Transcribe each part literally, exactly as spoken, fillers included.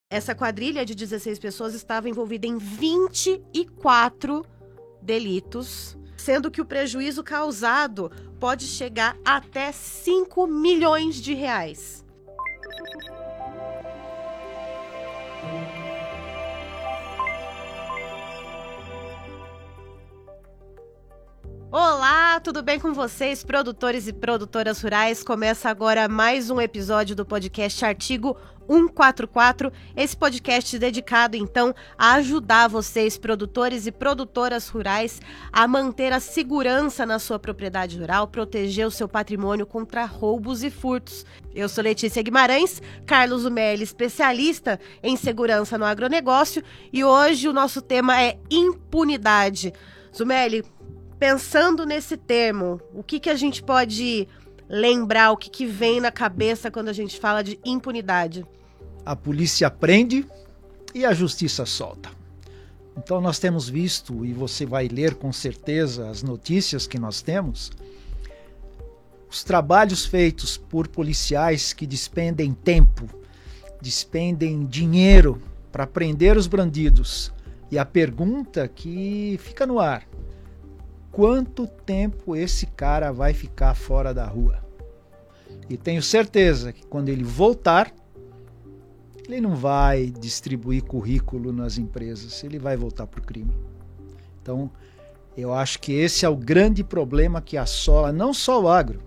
Essa quadrilha de dezesseis pessoas estava envolvida em vinte e quatro delitos, sendo que o prejuízo causado pode chegar até cinco milhões de reais. Olá, tudo bem com vocês, produtores e produtoras rurais? Começa agora mais um episódio do podcast Artigo cento e quarenta e quatro, esse podcast dedicado, então, a ajudar vocês, produtores e produtoras rurais, a manter a segurança na sua propriedade rural, proteger o seu patrimônio contra roubos e furtos. Eu sou Letícia Guimarães, Carlos Zumelli, especialista em segurança no agronegócio, e hoje o nosso tema é impunidade. Zumelli, pensando nesse termo, o que, que a gente pode lembrar, o que, que vem na cabeça quando a gente fala de impunidade? A polícia prende e a justiça solta. Então nós temos visto, e você vai ler com certeza as notícias que nós temos, os trabalhos feitos por policiais que despendem tempo, despendem dinheiro para prender os bandidos. E a pergunta que fica no ar: quanto tempo esse cara vai ficar fora da rua? E tenho certeza que quando ele voltar, ele não vai distribuir currículo nas empresas, ele vai voltar para o crime. Então, eu acho que esse é o grande problema que assola não só o agro,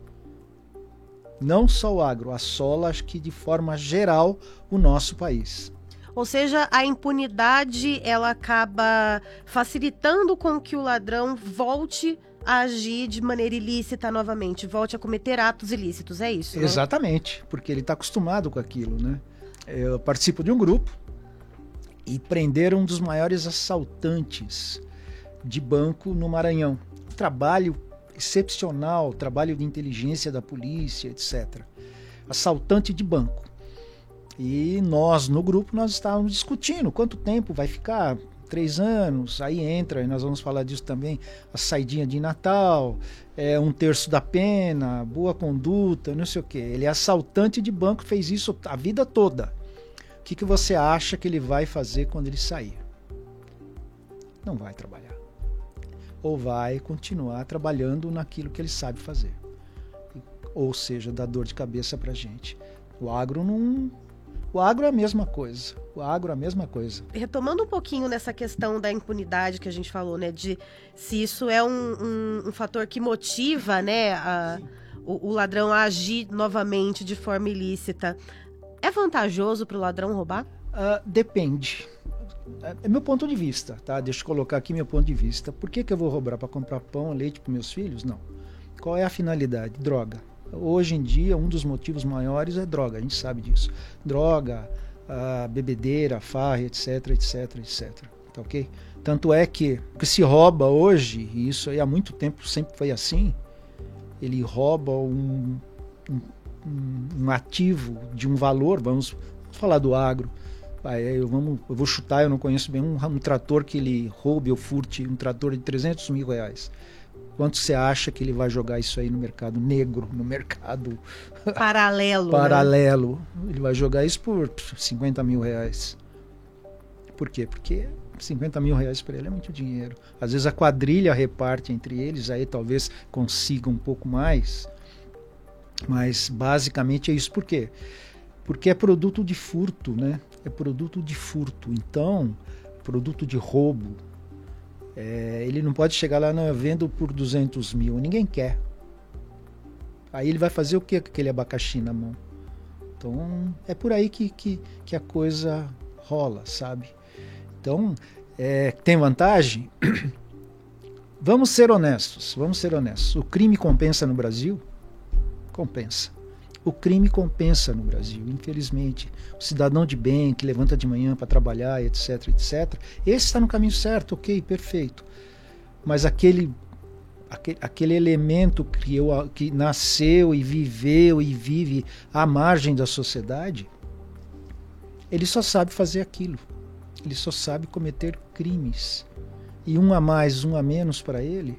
não só o agro, assola, acho que de forma geral, o nosso país. Ou seja, a impunidade, ela acaba facilitando com que o ladrão volte a agir de maneira ilícita novamente, volte a cometer atos ilícitos, é isso? Né? Exatamente, porque ele está acostumado com aquilo, né? Eu participo de um grupo e prenderam um dos maiores assaltantes de banco no Maranhão. Trabalho excepcional, trabalho de inteligência da polícia, etcétera. Assaltante de banco. E nós, no grupo, nós estávamos discutindo quanto tempo vai ficar, três anos, aí entra, e nós vamos falar disso também, a saidinha de Natal, é, um terço da pena, boa conduta, não sei o quê. Ele é assaltante de banco, fez isso a vida toda. O que, que você acha que ele vai fazer quando ele sair? Não vai trabalhar. Ou vai continuar trabalhando naquilo que ele sabe fazer. Ou seja, dá dor de cabeça pra gente. O agro não... O agro é a mesma coisa. O agro é a mesma coisa. Retomando um pouquinho nessa questão da impunidade que a gente falou, né? De se isso é um, um, um fator que motiva, né, a, o, o ladrão a agir novamente de forma ilícita. É vantajoso para o ladrão roubar? Uh, depende. É meu ponto de vista, tá? Deixa eu colocar aqui meu ponto de vista. Por que, que eu vou roubar? Para comprar pão, leite para meus filhos? Não. Qual é a finalidade? Droga. Hoje em dia, um dos motivos maiores é droga, a gente sabe disso. Droga, a bebedeira, a farra, etc, etc, etcétera. Tá ok? Tanto é que o que se rouba hoje, e isso aí há muito tempo sempre foi assim, ele rouba um, um, um ativo de um valor, vamos falar do agro. Eu, vamos, eu vou chutar, eu não conheço bem, um, um trator que ele roube ou furte, um trator de trezentos mil reais. Quanto você acha que ele vai jogar isso aí no mercado negro, no mercado paralelo? paralelo. Né? Ele vai jogar isso por cinquenta mil reais. Por quê? Porque cinquenta mil reais para ele é muito dinheiro. Às vezes a quadrilha reparte entre eles, aí talvez consiga um pouco mais. Mas basicamente é isso. Por quê? Porque é produto de furto, né? É produto de furto. Então, produto de roubo. É, ele não pode chegar lá, não, eu vendo por duzentos mil, ninguém quer. Aí ele vai fazer o que com aquele abacaxi na mão? Então é por aí que, que, que a coisa rola, sabe? Então, é, tem vantagem? Vamos ser honestos, vamos ser honestos. O crime compensa no Brasil? Compensa. O crime compensa no Brasil, infelizmente. O cidadão de bem, que levanta de manhã para trabalhar, etc, etcétera. Esse está no caminho certo, ok, perfeito. Mas aquele, aquele, aquele elemento que, eu, que nasceu e viveu e vive à margem da sociedade, ele só sabe fazer aquilo. Ele só sabe cometer crimes. E um a mais, um a menos para ele.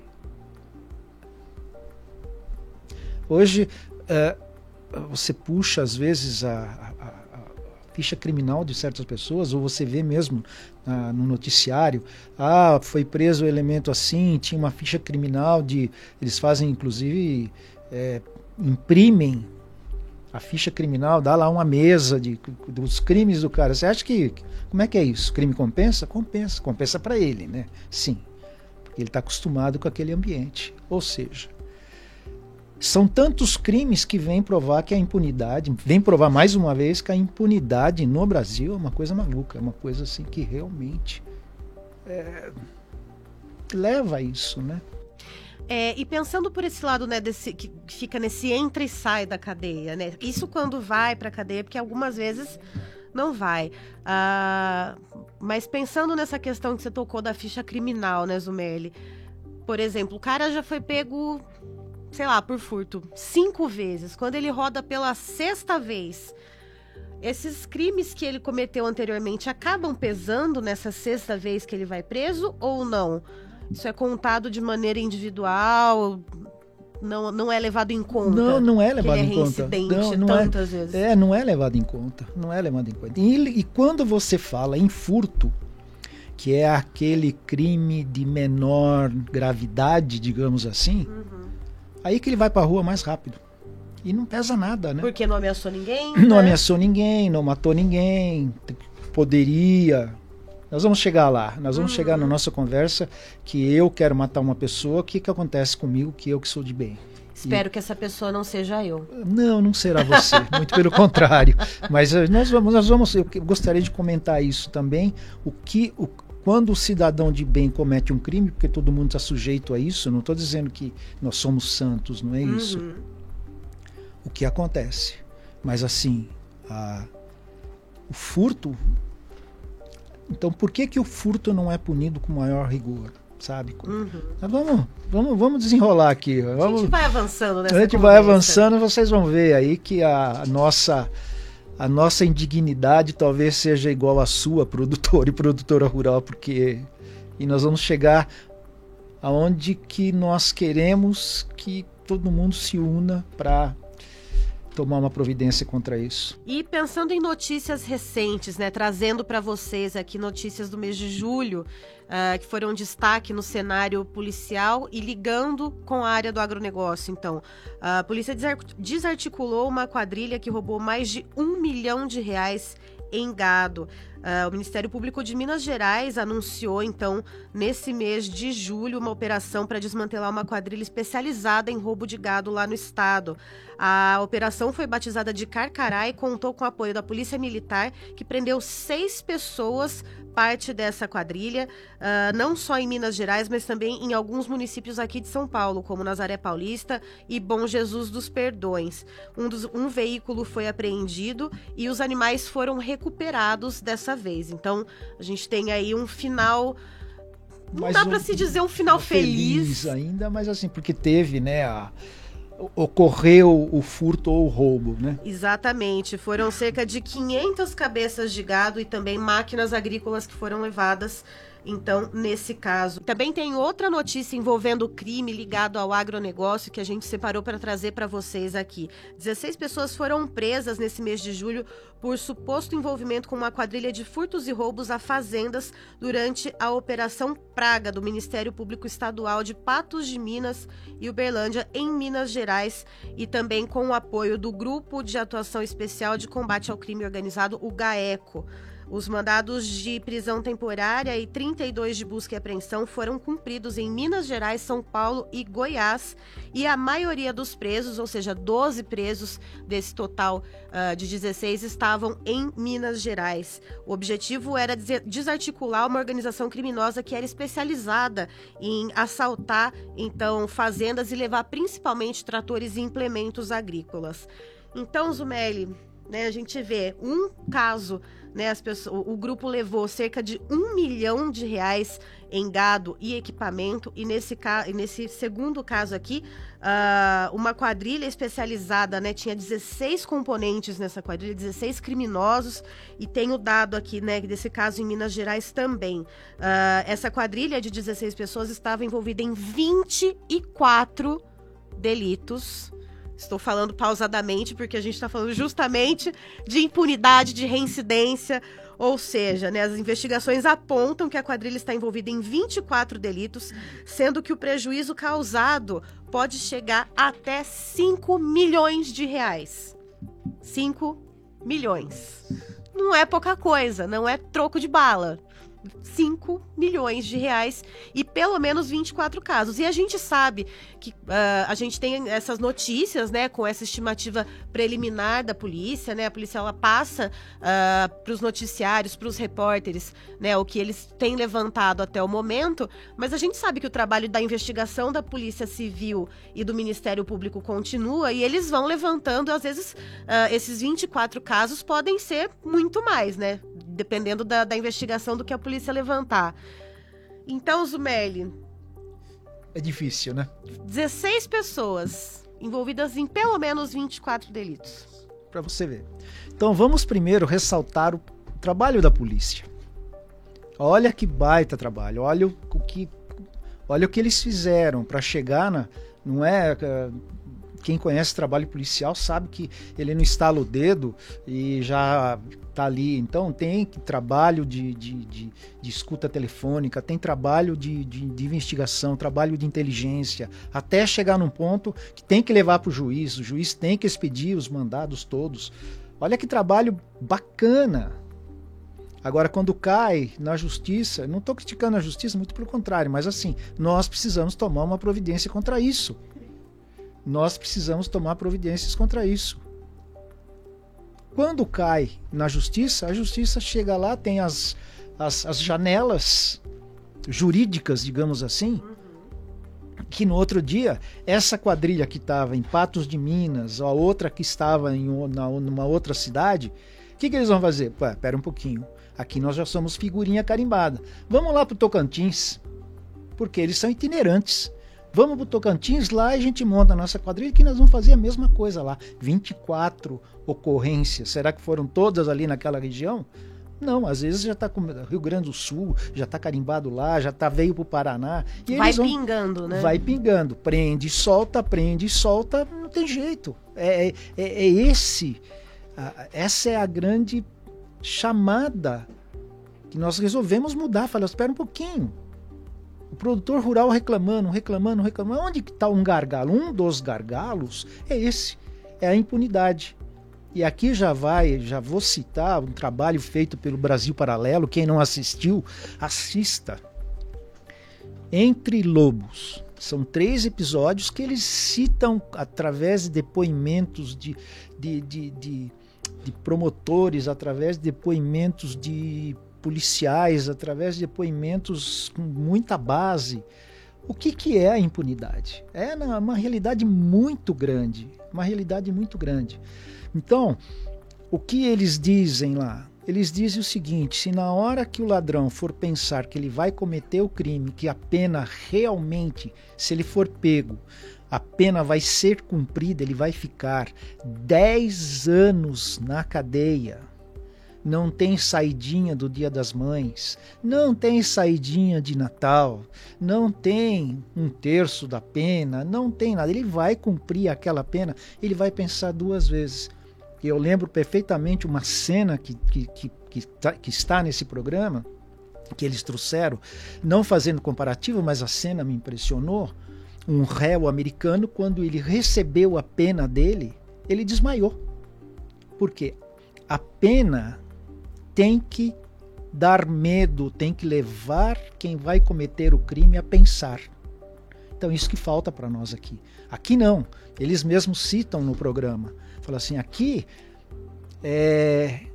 Hoje... Uh, você puxa às vezes a, a, a ficha criminal de certas pessoas, ou você vê mesmo ah, no noticiário, ah, foi preso o elemento assim, tinha uma ficha criminal de... Eles fazem, inclusive, é, imprimem a ficha criminal, dá lá uma mesa de, dos crimes do cara. Você acha que... Como é que é isso? Crime compensa? Compensa. Compensa para ele, né? Sim. Porque ele está acostumado com aquele ambiente. Ou seja, são tantos crimes que vêm provar que a impunidade, vem provar mais uma vez que a impunidade no Brasil é uma coisa maluca, é uma coisa assim que realmente é, leva a isso, né? É, e pensando por esse lado, né, desse, que fica nesse entra e sai da cadeia, né? Isso quando vai para a cadeia, porque algumas vezes não vai. Ah, mas pensando nessa questão que você tocou da ficha criminal, né, Zumelli? Por exemplo, o cara já foi pego, sei lá, por furto cinco vezes. Quando ele roda pela sexta vez, esses crimes que ele cometeu anteriormente acabam pesando nessa sexta vez que ele vai preso ou não? Isso é contado de maneira individual, não, não é levado em conta? Não, não é levado ele é em conta. Não, não tantas é, vezes. É, não é levado em conta. Não é levado em conta. E, e quando você fala em furto, que é aquele crime de menor gravidade, digamos assim, uhum. Aí que ele vai para a rua mais rápido. E não pesa nada, né? Porque não ameaçou ninguém? Não né? ameaçou ninguém, não matou ninguém, poderia... Nós vamos chegar lá, nós vamos uhum. chegar na nossa conversa que eu quero matar uma pessoa, o que, que acontece comigo, que eu que sou de bem. Espero e... que essa pessoa não seja eu. Não, não será você, muito pelo contrário. Mas nós vamos, nós vamos, eu gostaria de comentar isso também, o que, o, quando o cidadão de bem comete um crime, porque todo mundo está sujeito a isso, não estou dizendo que nós somos santos, não é isso. Uhum. O que acontece. Mas assim, a, o furto... Então, por que que o furto não é punido com maior rigor, sabe? Uhum. Vamos, vamos, vamos desenrolar aqui. Vamos, a gente vai avançando nessa A gente conversa. vai avançando, vocês vão ver aí que a nossa, a nossa indignidade talvez seja igual à sua, produtor e produtora rural, porque e nós vamos chegar aonde que nós queremos que todo mundo se una para tomar uma providência contra isso. E pensando em notícias recentes, né, trazendo para vocês aqui notícias do mês de julho, uh, que foram destaque no cenário policial e ligando com a área do agronegócio. Então, a polícia desarticulou uma quadrilha que roubou mais de um milhão de reais em gado. Uh, o Ministério Público de Minas Gerais anunciou, então, nesse mês de julho, uma operação para desmantelar uma quadrilha especializada em roubo de gado lá no estado. A operação foi batizada de Carcará e contou com o apoio da Polícia Militar, que prendeu seis pessoas, parte dessa quadrilha, uh, não só em Minas Gerais, mas também em alguns municípios aqui de São Paulo, como Nazaré Paulista e Bom Jesus dos Perdões. Um, dos, um veículo foi apreendido e os animais foram recuperados dessa vez. Então, a gente tem aí um final... Não mas dá um, para se dizer um final feliz. feliz ainda, mas assim, porque teve, né, a... ocorreu o furto ou o roubo, né? Exatamente. Foram cerca de quinhentas cabeças de gado e também máquinas agrícolas que foram levadas, então, nesse caso. Também tem outra notícia envolvendo crime ligado ao agronegócio que a gente separou para trazer para vocês aqui. dezesseis pessoas foram presas nesse mês de julho por suposto envolvimento com uma quadrilha de furtos e roubos a fazendas durante a Operação Praga do Ministério Público Estadual de Patos de Minas e Uberlândia, em Minas Gerais, e também com o apoio do Grupo de Atuação Especial de Combate ao Crime Organizado, o GAECO. Os mandados de prisão temporária e trinta e dois de busca e apreensão foram cumpridos em Minas Gerais, São Paulo e Goiás, e a maioria dos presos, ou seja, doze presos desse total uh, de dezesseis, estavam em Minas Gerais. O objetivo era desarticular uma organização criminosa que era especializada em assaltar, então, fazendas e levar principalmente tratores e implementos agrícolas. Então, Zumelli, né, a gente vê um caso, né, as pessoas, o grupo levou cerca de um milhão de reais em gado e equipamento, e nesse, nesse segundo caso aqui, uh, uma quadrilha especializada, né, tinha dezesseis componentes nessa quadrilha, dezesseis criminosos, e tem o dado aqui, né, desse caso em Minas Gerais também. Uh, essa quadrilha de dezesseis pessoas estava envolvida em vinte e quatro delitos, Estou falando pausadamente porque a gente está falando justamente de impunidade, de reincidência. Ou seja, né, as investigações apontam que a quadrilha está envolvida em vinte e quatro delitos, sendo que o prejuízo causado pode chegar até cinco milhões de reais. cinco milhões. Não é pouca coisa, não é troco de bala. cinco milhões de reais e pelo menos vinte e quatro casos. E a gente sabe que uh, a gente tem essas notícias, né, com essa estimativa preliminar da polícia, né, a polícia ela passa uh, para os noticiários, para os repórteres, né, o que eles têm levantado até o momento, mas a gente sabe que o trabalho da investigação da Polícia Civil e do Ministério Público continua e eles vão levantando, às vezes, uh, esses vinte e quatro casos podem ser muito mais, né, dependendo da, da investigação do que a polícia levantar. Então, Zumelli... É difícil, né? dezesseis pessoas envolvidas em pelo menos vinte e quatro delitos. Para você ver. Então, vamos primeiro ressaltar o trabalho da polícia. Olha que baita trabalho. Olha o que, olha o que eles fizeram para chegar na... Não é... Quem conhece trabalho policial sabe que ele não estala o dedo e já está ali. Então tem trabalho de, de, de, de escuta telefônica, tem trabalho de, de, de investigação, trabalho de inteligência, até chegar num ponto que tem que levar para o juiz, o juiz tem que expedir os mandados todos. Olha que trabalho bacana. Agora, quando cai na justiça, não estou criticando a justiça, muito pelo contrário, mas assim, nós precisamos tomar uma providência contra isso. Nós precisamos tomar providências contra isso. Quando cai na justiça, a justiça chega lá, tem as, as, as janelas jurídicas, digamos assim, que no outro dia, essa quadrilha que estava em Patos de Minas, a outra que estava em na, numa outra cidade, o que, que eles vão fazer? Pá, pera um pouquinho, aqui nós já somos figurinha carimbada. Vamos lá para o Tocantins, porque eles são itinerantes. Vamos para o Tocantins, lá a gente monta a nossa quadrilha que nós vamos fazer a mesma coisa lá. vinte e quatro ocorrências. Será que foram todas ali naquela região? Não, às vezes já está com Rio Grande do Sul, já está carimbado lá, já tá, veio para o Paraná. E vai vão, pingando, né? Vai pingando. Prende, solta, prende, solta, não tem jeito. É, é, é esse, essa é a grande chamada que nós resolvemos mudar. Falar, espera um pouquinho. O produtor rural reclamando, reclamando, reclamando. Onde está um gargalo? Um dos gargalos é esse, é a impunidade. E aqui já vai, já vou citar um trabalho feito pelo Brasil Paralelo. Quem não assistiu, assista. Entre Lobos. São três episódios que eles citam através de depoimentos de, de, de, de, de promotores, através de depoimentos de policiais, através de depoimentos com muita base. O que, que é a impunidade? É uma realidade muito grande, uma realidade muito grande. Então, o que eles dizem lá? Eles dizem o seguinte, se na hora que o ladrão for pensar que ele vai cometer o crime, que a pena realmente, se ele for pego, a pena vai ser cumprida, ele vai ficar dez anos na cadeia. Não tem saidinha do Dia das Mães, não tem saidinha de Natal, não tem um terço da pena, não tem nada. Ele vai cumprir aquela pena, ele vai pensar duas vezes. Eu lembro perfeitamente uma cena que, que, que, que, tá, que está nesse programa, que eles trouxeram, não fazendo comparativo, mas a cena me impressionou. Um réu americano, quando ele recebeu a pena dele, ele desmaiou. Por quê? A pena tem que dar medo, tem que levar quem vai cometer o crime a pensar. Então isso que falta para nós aqui. Aqui não, eles mesmos citam no programa. Fala assim, aqui, é...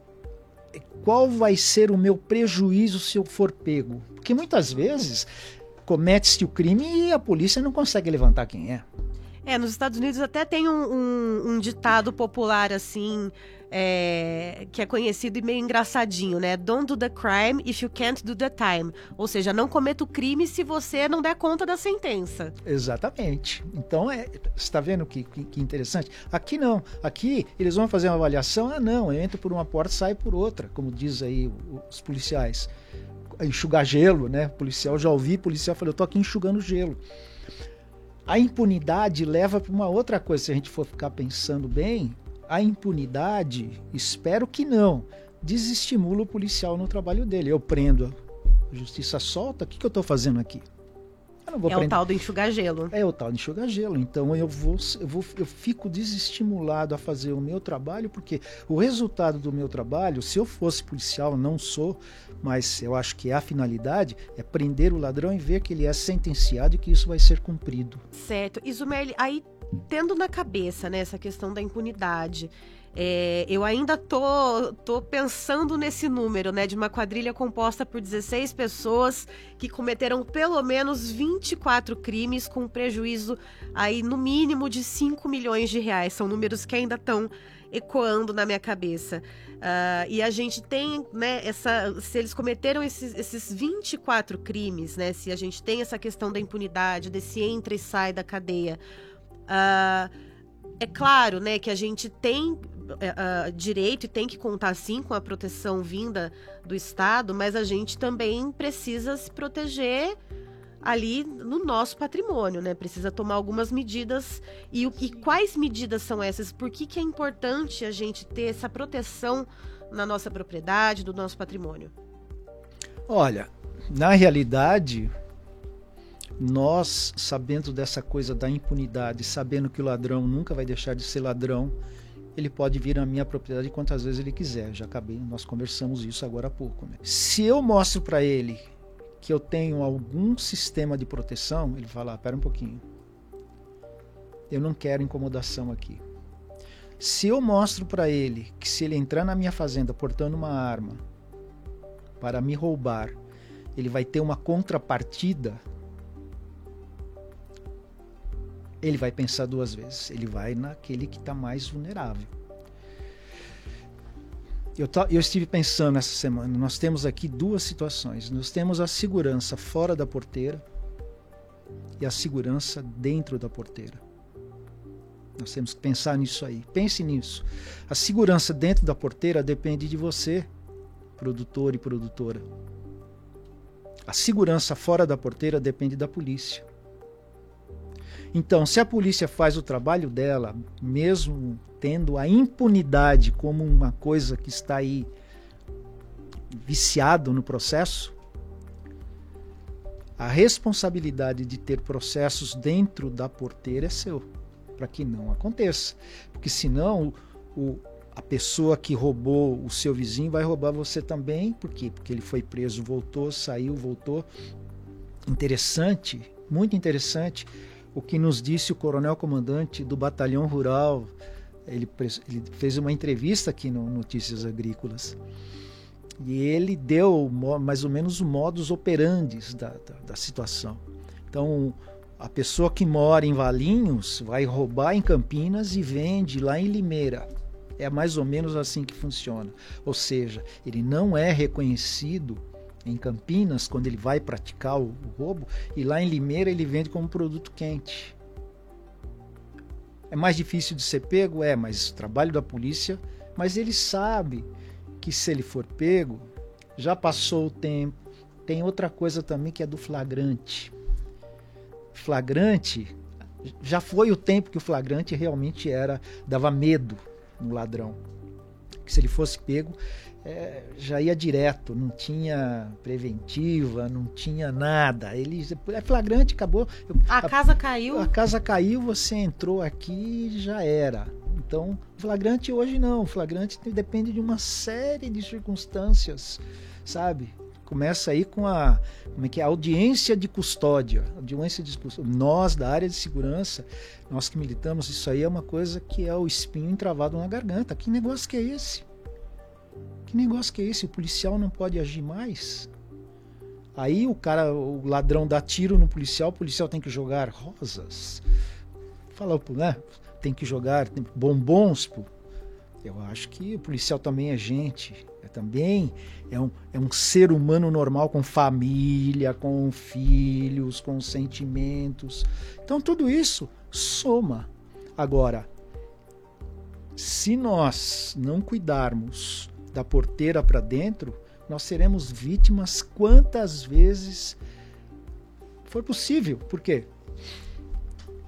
qual vai ser o meu prejuízo se eu for pego? Porque muitas vezes comete-se o crime e a polícia não consegue levantar quem é. É, nos Estados Unidos até tem um, um, um ditado popular, assim, é, que é conhecido e meio engraçadinho, né? Don't do the crime if you can't do the time. Ou seja, não cometa o crime se você não der conta da sentença. Exatamente. Então, é, você está vendo que, que, que interessante? Aqui não. Aqui eles vão fazer uma avaliação. Ah, não, eu entro por uma porta e saio por outra, como diz aí os policiais. Enxugar gelo, né? Policial, já ouvi policial falando, eu tô aqui enxugando gelo. A impunidade leva para uma outra coisa, se a gente for ficar pensando bem, a impunidade, espero que não, desestimula o policial no trabalho dele. Eu prendo, a justiça solta, o que, que eu estou fazendo aqui? Eu não vou é prender. o tal do enxugar gelo. É o tal de enxugar gelo. Então eu, vou, eu, vou, eu fico desestimulado a fazer o meu trabalho, porque o resultado do meu trabalho, se eu fosse policial, não sou, mas eu acho que é a finalidade, é prender o ladrão e ver que ele é sentenciado e que isso vai ser cumprido. Certo. E Zumerli, aí tendo na cabeça, né, essa questão da impunidade, é, eu ainda tô, tô pensando nesse número, né, de uma quadrilha composta por dezesseis pessoas que cometeram pelo menos vinte e quatro crimes com prejuízo aí no mínimo de cinco milhões de reais. São números que ainda estão ecoando na minha cabeça. Uh, e a gente tem, né, essa, se eles cometeram esses, esses vinte e quatro crimes, né, se a gente tem essa questão da impunidade, desse entra e sai da cadeia, uh, é claro, né, que a gente tem uh, direito e tem que contar, sim, com a proteção vinda do Estado, mas a gente também precisa se proteger ali no nosso patrimônio, né? Precisa tomar algumas medidas. E, e quais medidas são essas? Por que, que é importante a gente ter essa proteção na nossa propriedade, do nosso patrimônio? Olha, na realidade, nós, sabendo dessa coisa da impunidade, sabendo que o ladrão nunca vai deixar de ser ladrão, ele pode vir na minha propriedade quantas vezes ele quiser. Já acabei, nós conversamos isso agora há pouco, né? Se eu mostro para ele que eu tenho algum sistema de proteção, ele fala, ah, pera um pouquinho, eu não quero incomodação aqui. Se eu mostro para ele que se ele entrar na minha fazenda portando uma arma para me roubar, ele vai ter uma contrapartida, ele vai pensar duas vezes, ele vai naquele que está mais vulnerável. Eu, eu estive pensando essa semana, nós temos aqui duas situações. Nós temos a segurança fora da porteira e a segurança dentro da porteira. Nós temos que pensar nisso aí. Pense nisso. A segurança dentro da porteira depende de você, produtor e produtora. A segurança fora da porteira depende da polícia. Então, se a polícia faz o trabalho dela, mesmo tendo a impunidade como uma coisa que está aí viciado no processo, a responsabilidade de ter processos dentro da porteira é seu, para que não aconteça. Porque senão o, a pessoa que roubou o seu vizinho vai roubar você também. Por quê? Porque ele foi preso, voltou, saiu, voltou. Interessante, muito interessante, o que nos disse o coronel-comandante do Batalhão Rural. Ele, ele fez uma entrevista aqui no Notícias Agrícolas e ele deu mais ou menos o modus operandi da, da, da situação. Então, a pessoa que mora em Valinhos vai roubar em Campinas e vende lá em Limeira. É mais ou menos assim que funciona. Ou seja, ele não é reconhecido em Campinas quando ele vai praticar o, o roubo, e lá em Limeira ele vende como produto quente. É mais difícil de ser pego? É, mas o trabalho da polícia, mas ele sabe que se ele for pego, já passou o tempo. Tem outra coisa também que é do flagrante. Flagrante, já foi o tempo que o flagrante realmente era, dava medo no ladrão. Que se ele fosse pego, é, já ia direto, não tinha preventiva, não tinha nada. Ele é flagrante, acabou. A, a casa caiu. A casa caiu, você entrou aqui e já era. Então, flagrante hoje não. Flagrante depende de uma série de circunstâncias, sabe? Começa aí com a, como é que é? A audiência de custódia. Audiência de custódia. Nós, da área de segurança, nós que militamos, isso aí é uma coisa que é o espinho entravado na garganta. Que negócio que é esse? Que negócio que é esse? O policial não pode agir mais? Aí o cara, o ladrão dá tiro no policial, o policial tem que jogar rosas. Fala, né? Tem que jogar bombons. Pô. Eu acho que o policial também é gente. É também é um, é um ser humano normal, com família, com filhos, com sentimentos. Então tudo isso soma. Agora, se nós não cuidarmos da porteira para dentro, nós seremos vítimas quantas vezes for possível. Por quê?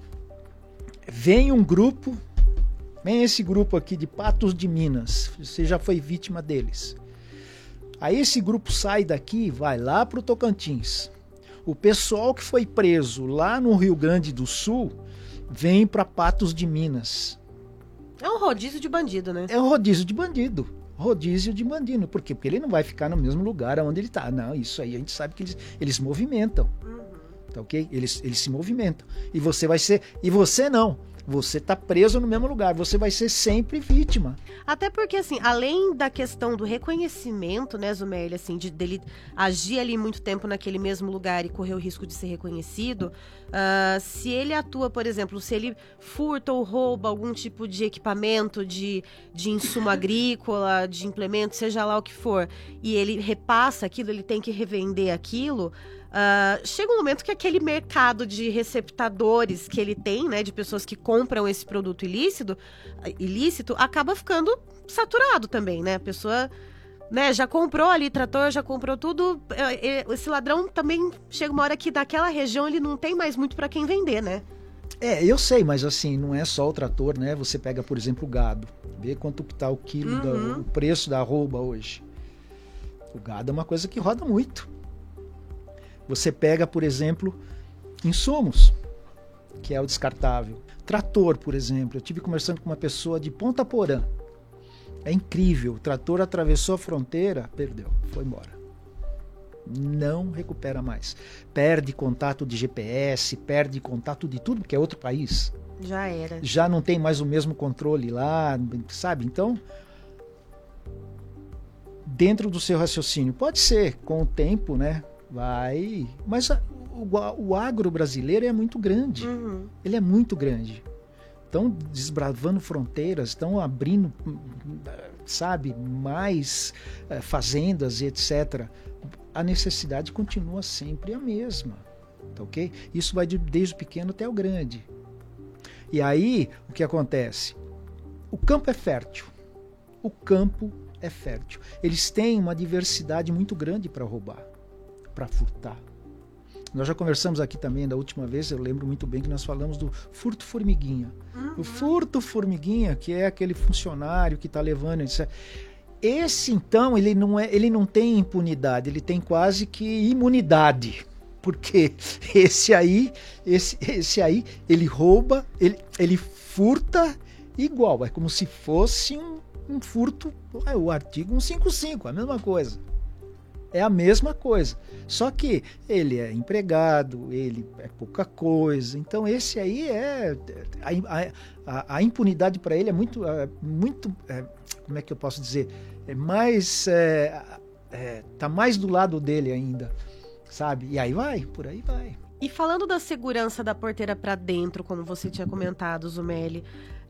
vem um grupo, vem esse grupo aqui de Patos de Minas, você já foi vítima deles. Aí esse grupo sai daqui, vai lá para o Tocantins. O pessoal que foi preso lá no Rio Grande do Sul vem para Patos de Minas. É um rodízio de bandido, né? É um rodízio de bandido. Rodízio de bandido. Por quê? Porque ele não vai ficar no mesmo lugar onde ele está. Não, isso aí a gente sabe que eles, eles movimentam. Uhum. Tá ok? Eles, eles se movimentam. E você vai ser... E você não. Você está preso no mesmo lugar. Você vai ser sempre vítima. Até porque, assim, além da questão do reconhecimento, né, Zumelli, assim, de dele agir ali muito tempo naquele mesmo lugar e correr o risco de ser reconhecido, uh, se ele atua, por exemplo, se ele furta ou rouba algum tipo de equipamento, de, de insumo agrícola, de implemento, seja lá o que for, e ele repassa aquilo, ele tem que revender aquilo... Uh, chega um momento que aquele mercado de receptadores que ele tem, né, de pessoas que compram esse produto ilícito, ilícito acaba ficando saturado também, né? A pessoa, né, já comprou ali trator, já comprou tudo. Esse ladrão também chega uma hora que naquela região ele não tem mais muito para quem vender, né? É, eu sei, mas assim, não é só o trator, né? Você pega, por exemplo, o gado, vê quanto que tá o quilo, uhum. da, o preço da arroba hoje. O gado é uma coisa que roda muito. Você pega, por exemplo, insumos, que é o descartável. Trator, por exemplo. Eu estive conversando com uma pessoa de Ponta Porã. É incrível. O trator atravessou a fronteira, perdeu, foi embora. Não recupera mais. Perde contato de G P S, perde contato de tudo, porque é outro país. Já era. Já não tem mais o mesmo controle lá, sabe? Então, dentro do seu raciocínio, pode ser, com o tempo, né? Vai, mas a, o, o agro brasileiro é muito grande, uhum. Ele é muito grande. Estão desbravando fronteiras, estão abrindo, sabe, mais é, fazendas e etcétera. A necessidade continua sempre a mesma, tá ok? Isso vai de, desde o pequeno até o grande. E aí, o que acontece? O campo é fértil. O campo é fértil. Eles têm uma diversidade muito grande para roubar, para furtar. Nós já conversamos aqui também da última vez, eu lembro muito bem que nós falamos do furto formiguinha. Uhum. O furto formiguinha, que é aquele funcionário que está levando... Esse, então, ele não, é, ele não tem impunidade, ele tem quase que imunidade. Porque esse aí, esse, esse aí, ele rouba, ele, ele furta igual. É como se fosse um, um furto, é o artigo cento e cinquenta e cinco, a mesma coisa. É a mesma coisa, só que ele é empregado, ele é pouca coisa, então esse aí é, a, a, a impunidade para ele é muito, é, muito é, como é que eu posso dizer, é mais, é, é, tá mais do lado dele ainda, sabe, e aí vai, por aí vai. E falando da segurança da porteira para dentro, como você tinha comentado, Zumelli,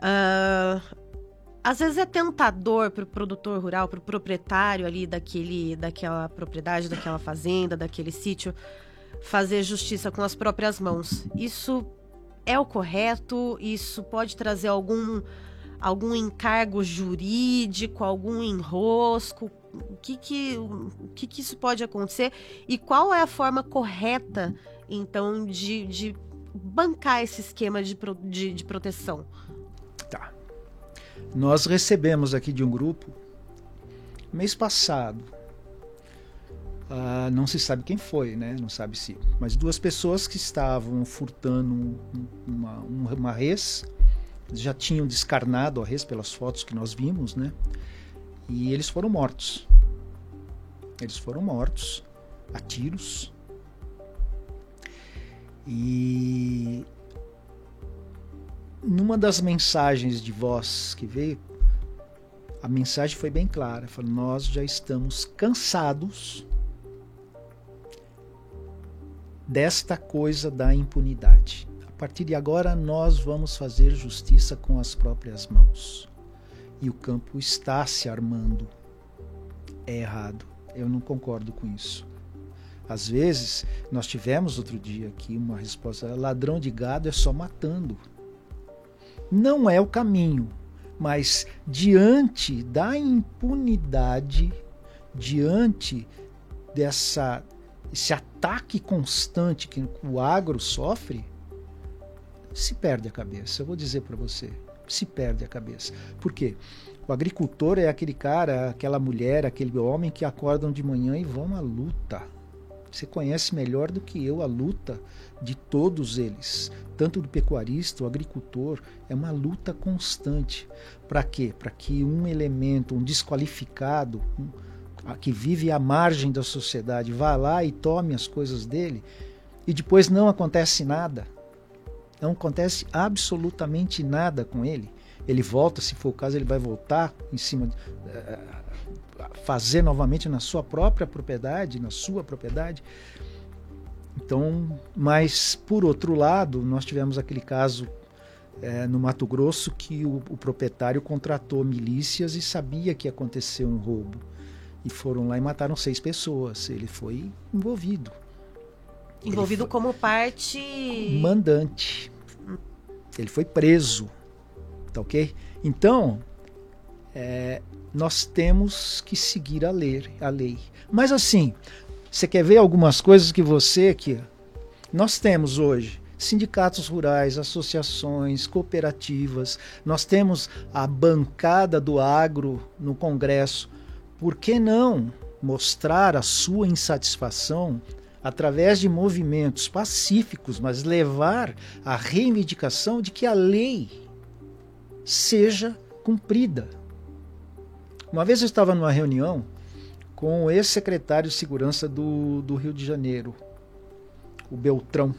uh... às vezes é tentador para o produtor rural, para o proprietário ali daquele, daquela propriedade, daquela fazenda, daquele sítio, fazer justiça com as próprias mãos. Isso é o correto? Isso pode trazer algum, algum encargo jurídico, algum enrosco? O que que, o que que isso pode acontecer? E qual é a forma correta, então, de, de bancar esse esquema de, de, de proteção? Tá. Nós recebemos aqui de um grupo, mês passado, uh, não se sabe quem foi, né? Não sabe se, mas duas pessoas que estavam furtando uma, uma res, já tinham descarnado a res pelas fotos que nós vimos, né? E eles foram mortos. Eles foram mortos a tiros. E numa das mensagens de voz que veio, a mensagem foi bem clara. Falou: nós já estamos cansados desta coisa da impunidade. A partir de agora nós vamos fazer justiça com as próprias mãos. E o campo está se armando. É errado. Eu não concordo com isso. Às vezes, nós tivemos outro dia aqui uma resposta: ladrão de gado é só matando. Não é o caminho, mas diante da impunidade, diante dessa, esse ataque constante que o agro sofre, se perde a cabeça. Eu vou dizer para você, se perde a cabeça. Por quê? O agricultor é aquele cara, aquela mulher, aquele homem que acordam de manhã e vão à luta. Você conhece melhor do que eu a luta de todos eles, tanto do pecuarista, o agricultor, é uma luta constante. Para quê? Para que um elemento, um desqualificado, um, que vive à margem da sociedade, vá lá e tome as coisas dele e depois não acontece nada. Não acontece absolutamente nada com ele. Ele volta, se for o caso, ele vai voltar em cima, uh, fazer novamente na sua própria propriedade, na sua propriedade. Então, mas por outro lado, nós tivemos aquele caso é, no Mato Grosso que o, o proprietário contratou milícias e sabia que ia acontecer um roubo. E foram lá e mataram seis pessoas. Ele foi envolvido. Envolvido foi como parte... mandante. Ele foi preso. Tá ok? Então, é, nós temos que seguir a lei, a lei. Mas assim, você quer ver algumas coisas que você aqui... Nós temos hoje sindicatos rurais, associações, cooperativas. Nós temos a bancada do agro no Congresso. Por que não mostrar a sua insatisfação através de movimentos pacíficos, mas levar a reivindicação de que a lei seja cumprida? Uma vez eu estava numa reunião com o ex-secretário de Segurança do, do Rio de Janeiro, o Beltrão.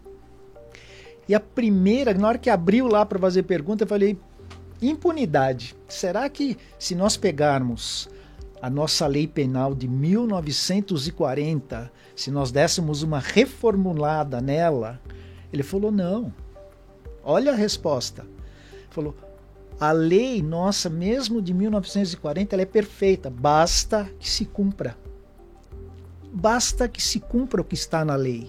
E a primeira, na hora que abriu lá para fazer pergunta, eu falei, impunidade. Será que se nós pegarmos a nossa lei penal de mil novecentos e quarenta, se nós dessemos uma reformulada nela? Ele falou, não. Olha a resposta. Ele falou, a lei nossa, mesmo de mil novecentos e quarenta, ela é perfeita, basta que se cumpra. Basta que se cumpra o que está na lei.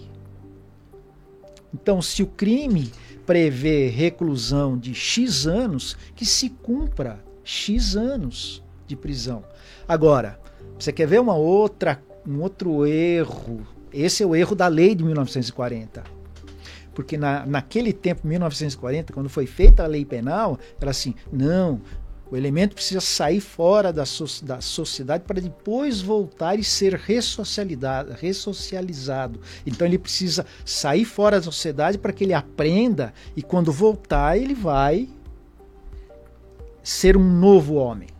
Então, se o crime prevê reclusão de X anos, que se cumpra X anos de prisão. Agora, você quer ver uma outra, um outro erro? Esse é o erro da lei de mil novecentos e quarenta. Porque na, naquele tempo, mil novecentos e quarenta, quando foi feita a lei penal, era assim, não, o elemento precisa sair fora da, so, da sociedade para depois voltar e ser ressocializado, ressocializado. Então ele precisa sair fora da sociedade para que ele aprenda e quando voltar ele vai ser um novo homem.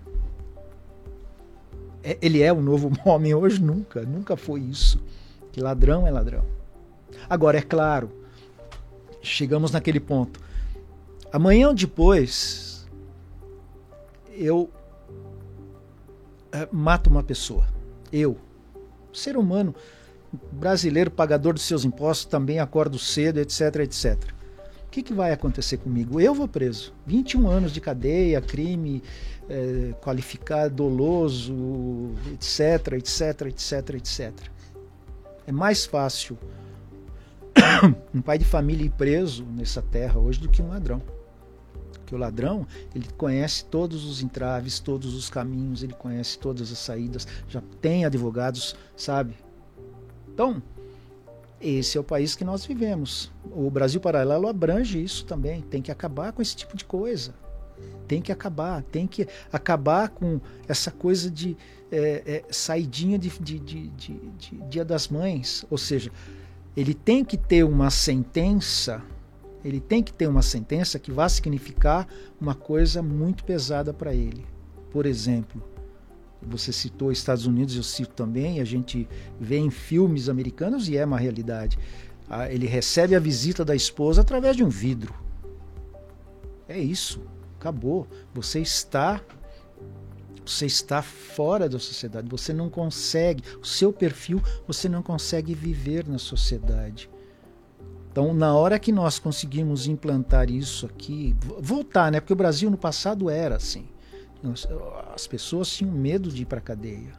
Ele é um novo homem hoje? Nunca, nunca foi isso. Que ladrão é ladrão. Agora, é claro, chegamos naquele ponto. Amanhã ou depois, eu é, mato uma pessoa. Eu, ser humano, brasileiro, pagador dos seus impostos, também acordo cedo, etc, etcétera. O que, que vai acontecer comigo? Eu vou preso. vinte e um anos de cadeia, crime é, qualificado, doloso, etc, etc, etc, etcétera. É mais fácil um pai de família ir preso nessa terra hoje do que um ladrão. Porque o ladrão, ele conhece todos os entraves, todos os caminhos, ele conhece todas as saídas, já tem advogados, sabe? Então, esse é o país que nós vivemos. O Brasil Paralelo abrange isso também. Tem que acabar com esse tipo de coisa. Tem que acabar. Tem que acabar com essa coisa de é, é, saidinha de, de, de, de, de Dia das Mães. Ou seja, ele tem que ter uma sentença, ele tem que ter uma sentença que vá significar uma coisa muito pesada para ele. Por exemplo, você citou Estados Unidos, eu cito também, a gente vê em filmes americanos e é uma realidade. Ele recebe a visita da esposa através de um vidro. É isso, acabou. Você está, você está fora da sociedade, você não consegue, o seu perfil, você não consegue viver na sociedade. Então, na hora que nós conseguimos implantar isso aqui, voltar, né? Porque o Brasil no passado era assim. As pessoas tinham medo de ir para a cadeia.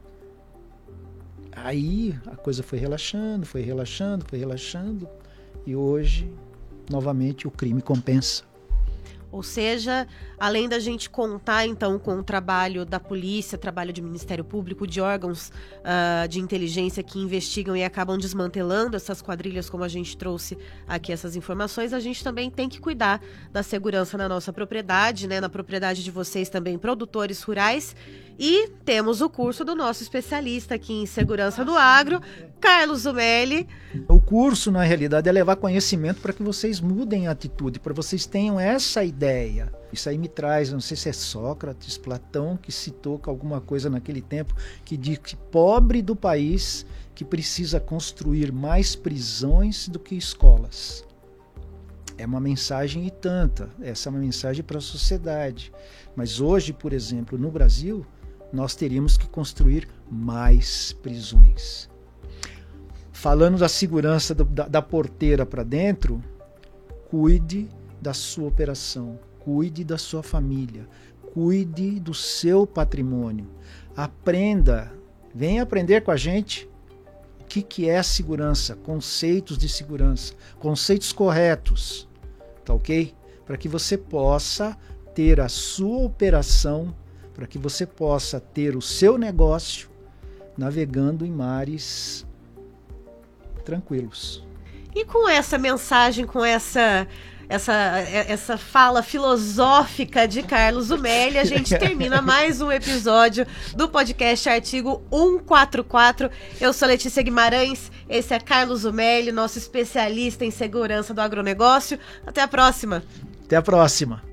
Aí a coisa foi relaxando, foi relaxando, foi relaxando. E hoje, novamente, o crime compensa. Ou seja, além da gente contar, então, com o trabalho da polícia, trabalho de Ministério Público, de órgãos uh, de inteligência que investigam e acabam desmantelando essas quadrilhas, como a gente trouxe aqui essas informações, a gente também tem que cuidar da segurança na nossa propriedade, né, na propriedade de vocês também, produtores rurais. E temos o curso do nosso especialista aqui em segurança do agro, Carlos Zumelli. O curso, na realidade, é levar conhecimento para que vocês mudem a atitude, para vocês tenham essa ideia. Isso aí me traz, não sei se é Sócrates, Platão, que citou alguma coisa naquele tempo, que diz que pobre do país que precisa construir mais prisões do que escolas. É uma mensagem e tanta, essa é uma mensagem para a sociedade. Mas hoje, por exemplo, no Brasil, nós teríamos que construir mais prisões. Falando da segurança do, da, da porteira para dentro, cuide da sua operação, cuide da sua família, cuide do seu patrimônio. Aprenda, venha aprender com a gente o que, que é segurança, conceitos de segurança, conceitos corretos, tá ok? Para que você possa ter a sua operação, para que você possa ter o seu negócio navegando em mares tranquilos. E com essa mensagem, com essa, essa, essa fala filosófica de Carlos Zumelli, a gente termina mais um episódio do podcast Artigo cento e quarenta e quatro. Eu sou Letícia Guimarães, esse é Carlos Zumelli, nosso especialista em segurança do agronegócio. Até a próxima. Até a próxima.